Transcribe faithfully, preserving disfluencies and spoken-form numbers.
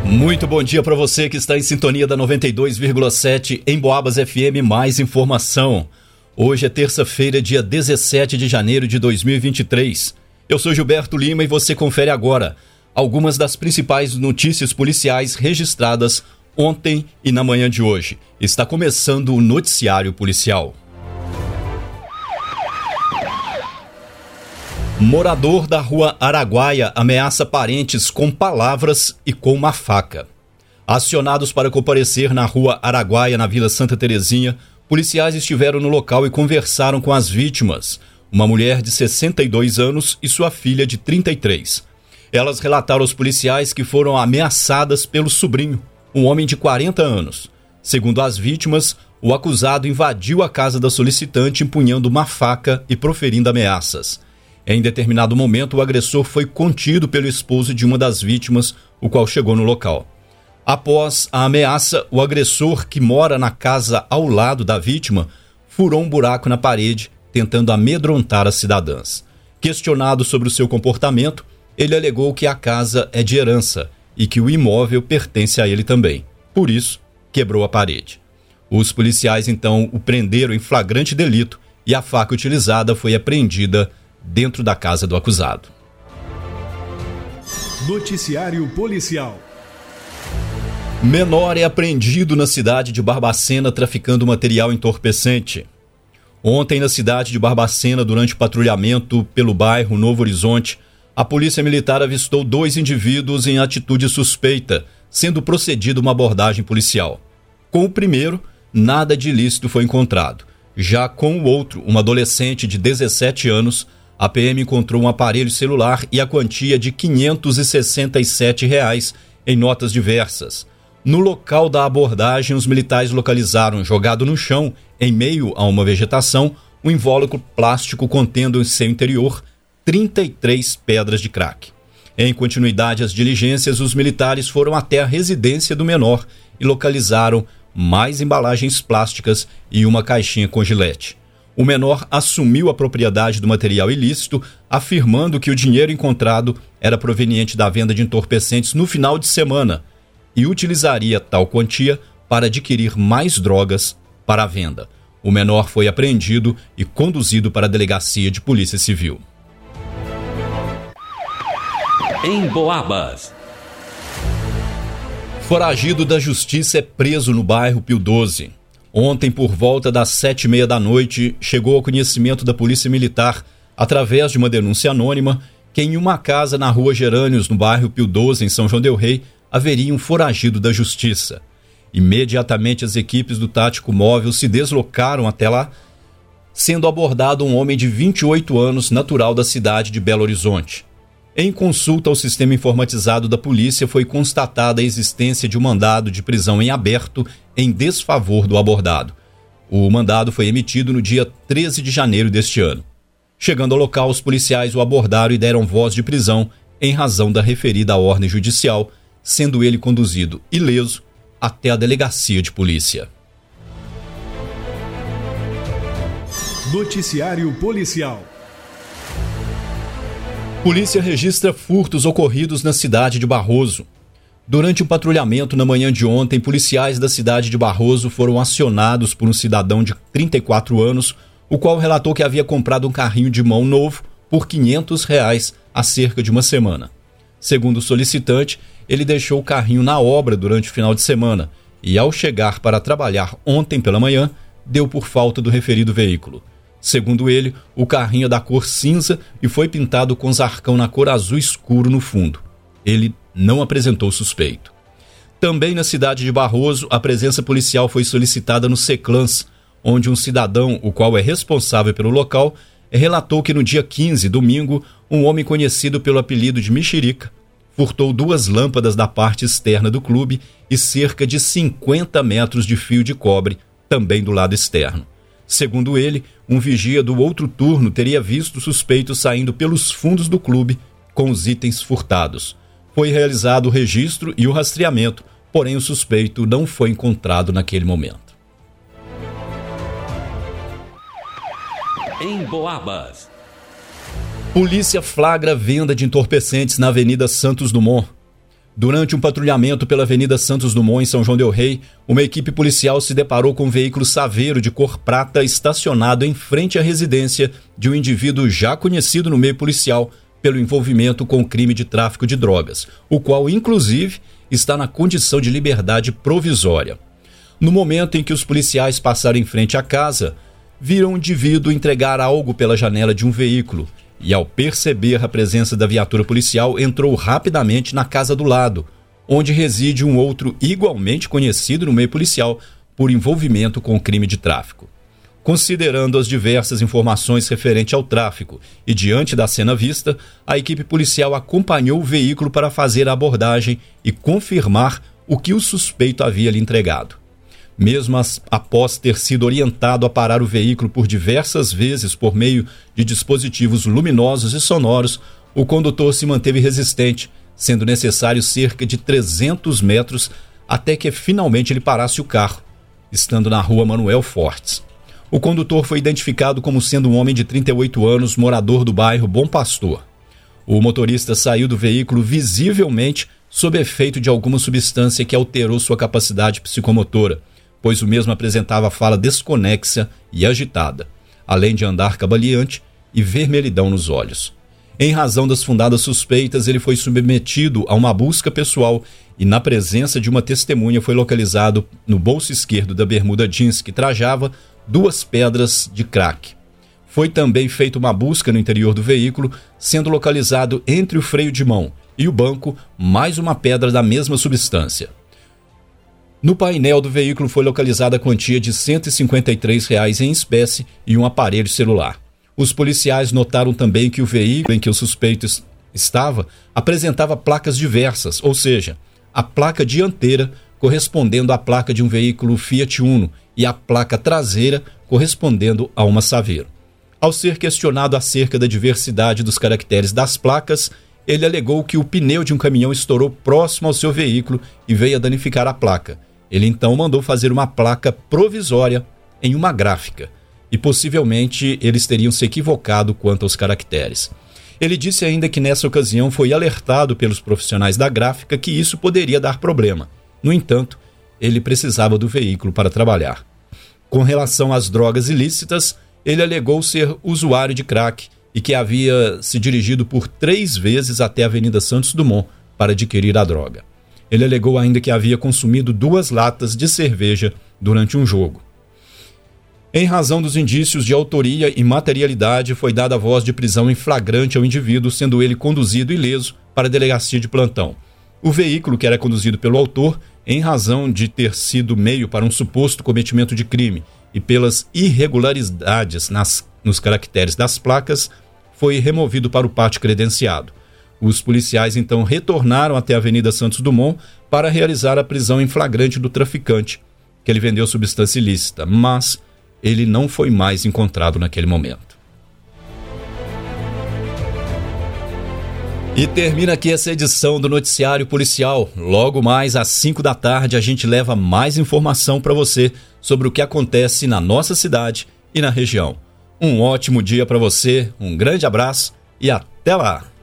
Muito bom dia para você que está em sintonia da noventa e dois vírgula sete em Boabas F M. Mais informação. Hoje é terça-feira, dia dezessete de janeiro de dois mil e vinte e três. Eu sou Gilberto Lima e você confere agora algumas das principais notícias policiais registradas ontem e na manhã de hoje. Está começando o noticiário policial. Morador da rua Araguaia ameaça parentes com palavras e com uma faca. Acionados para comparecer na rua Araguaia, na Vila Santa Terezinha, policiais estiveram no local e conversaram com as vítimas, uma mulher de sessenta e dois anos e sua filha de trinta e três. Elas relataram aos policiais que foram ameaçadas pelo sobrinho, um homem de quarenta anos. Segundo as vítimas, o acusado invadiu a casa da solicitante empunhando uma faca e proferindo ameaças. Em determinado momento, o agressor foi contido pelo esposo de uma das vítimas, o qual chegou no local. Após a ameaça, o agressor, que mora na casa ao lado da vítima, furou um buraco na parede, tentando amedrontar as cidadãs. Questionado sobre o seu comportamento, ele alegou que a casa é de herança e que o imóvel pertence a ele também. Por isso, quebrou a parede. Os policiais, então, o prenderam em flagrante delito e a faca utilizada foi apreendida dentro da casa do acusado. Noticiário policial. Menor é apreendido na cidade de Barbacena traficando material entorpecente. Ontem, na cidade de Barbacena, durante o patrulhamento pelo bairro Novo Horizonte, a polícia militar avistou dois indivíduos em atitude suspeita, sendo procedida uma abordagem policial. Com o primeiro, nada de ilícito foi encontrado. Já com o outro, uma adolescente de dezessete anos, a P M encontrou um aparelho celular e a quantia de quinhentos e sessenta e sete reais em notas diversas. No local da abordagem, os militares localizaram, jogado no chão, em meio a uma vegetação, um invólucro plástico contendo em seu interior trinta e três pedras de crack. Em continuidade às diligências, os militares foram até a residência do menor e localizaram mais embalagens plásticas e uma caixinha com gilete. O menor assumiu a propriedade do material ilícito, afirmando que o dinheiro encontrado era proveniente da venda de entorpecentes no final de semana e utilizaria tal quantia para adquirir mais drogas para a venda. O menor foi apreendido e conduzido para a delegacia de Polícia Civil. Em Boabas. Foragido da justiça é preso no bairro Pio doze. Ontem, por volta das sete e meia da noite, chegou ao conhecimento da Polícia Militar, através de uma denúncia anônima, que em uma casa na rua Gerânios, no bairro Pio doze, em São João del Rei, haveria um foragido da justiça. Imediatamente, as equipes do Tático Móvel se deslocaram até lá, sendo abordado um homem de vinte e oito anos, natural da cidade de Belo Horizonte. Em consulta ao sistema informatizado da polícia, foi constatada a existência de um mandado de prisão em aberto em desfavor do abordado. O mandado foi emitido no dia treze de janeiro deste ano. Chegando ao local, os policiais o abordaram e deram voz de prisão em razão da referida ordem judicial, sendo ele conduzido ileso até a delegacia de polícia. Noticiário policial. Polícia registra furtos ocorridos na cidade de Barroso. Durante o patrulhamento na manhã de ontem, policiais da cidade de Barroso foram acionados por um cidadão de trinta e quatro anos, o qual relatou que havia comprado um carrinho de mão novo por quinhentos reais há cerca de uma semana. Segundo o solicitante, ele deixou o carrinho na obra durante o final de semana e, ao chegar para trabalhar ontem pela manhã, deu por falta do referido veículo. Segundo ele, o carrinho é da cor cinza e foi pintado com zarcão na cor azul escuro no fundo. Ele não apresentou suspeito. Também na cidade de Barroso, a presença policial foi solicitada no Seclans, onde um cidadão, o qual é responsável pelo local, relatou que no dia quinze, domingo, um homem conhecido pelo apelido de Mexerica furtou duas lâmpadas da parte externa do clube e cerca de cinquenta metros de fio de cobre, também do lado externo. Segundo ele, um vigia do outro turno teria visto o suspeito saindo pelos fundos do clube com os itens furtados. Foi realizado o registro e o rastreamento, porém o suspeito não foi encontrado naquele momento. Em Boabas. Polícia flagra venda de entorpecentes na Avenida Santos Dumont. Durante um patrulhamento pela Avenida Santos Dumont, em São João del Rei, uma equipe policial se deparou com um veículo Saveiro de cor prata estacionado em frente à residência de um indivíduo já conhecido no meio policial pelo envolvimento com o crime de tráfico de drogas, o qual, inclusive, está na condição de liberdade provisória. No momento em que os policiais passaram em frente à casa, viram o indivíduo entregar algo pela janela de um veículo e, ao perceber a presença da viatura policial, entrou rapidamente na casa do lado, onde reside um outro igualmente conhecido no meio policial por envolvimento com o crime de tráfico. Considerando as diversas informações referentes ao tráfico e diante da cena vista, a equipe policial acompanhou o veículo para fazer a abordagem e confirmar o que o suspeito havia lhe entregado. Mesmo as, após ter sido orientado a parar o veículo por diversas vezes por meio de dispositivos luminosos e sonoros, o condutor se manteve resistente, sendo necessário cerca de trezentos metros até que finalmente ele parasse o carro, estando na rua Manuel Fortes. O condutor foi identificado como sendo um homem de trinta e oito anos, morador do bairro Bom Pastor. O motorista saiu do veículo visivelmente sob efeito de alguma substância que alterou sua capacidade psicomotora, pois o mesmo apresentava fala desconexa e agitada, além de andar cambaleante e vermelhidão nos olhos. Em razão das fundadas suspeitas, ele foi submetido a uma busca pessoal e, na presença de uma testemunha, foi localizado no bolso esquerdo da bermuda jeans que trajava duas pedras de crack. Foi também feita uma busca no interior do veículo, sendo localizado entre o freio de mão e o banco mais uma pedra da mesma substância. No painel do veículo foi localizada a quantia de cento e cinquenta e três reais em espécie e um aparelho celular. Os policiais notaram também que o veículo em que o suspeito estava apresentava placas diversas, ou seja, a placa dianteira correspondendo à placa de um veículo Fiat Uno e a placa traseira correspondendo a uma Saveiro. Ao ser questionado acerca da diversidade dos caracteres das placas, ele alegou que o pneu de um caminhão estourou próximo ao seu veículo e veio a danificar a placa. Ele então mandou fazer uma placa provisória em uma gráfica e possivelmente eles teriam se equivocado quanto aos caracteres. Ele disse ainda que nessa ocasião foi alertado pelos profissionais da gráfica que isso poderia dar problema. No entanto, ele precisava do veículo para trabalhar. Com relação às drogas ilícitas, ele alegou ser usuário de crack e que havia se dirigido por três vezes até a Avenida Santos Dumont para adquirir a droga. Ele alegou ainda que havia consumido duas latas de cerveja durante um jogo. Em razão dos indícios de autoria e materialidade, foi dada a voz de prisão em flagrante ao indivíduo, sendo ele conduzido ileso para a delegacia de plantão. O veículo, que era conduzido pelo autor, em razão de ter sido meio para um suposto cometimento de crime e pelas irregularidades nas, nos caracteres das placas, foi removido para o pátio credenciado. Os policiais então retornaram até a Avenida Santos Dumont para realizar a prisão em flagrante do traficante, que ele vendeu substância ilícita, mas ele não foi mais encontrado naquele momento. E termina aqui essa edição do Noticiário Policial. Logo mais às cinco da tarde a gente leva mais informação para você sobre o que acontece na nossa cidade e na região. Um ótimo dia para você, um grande abraço e até lá!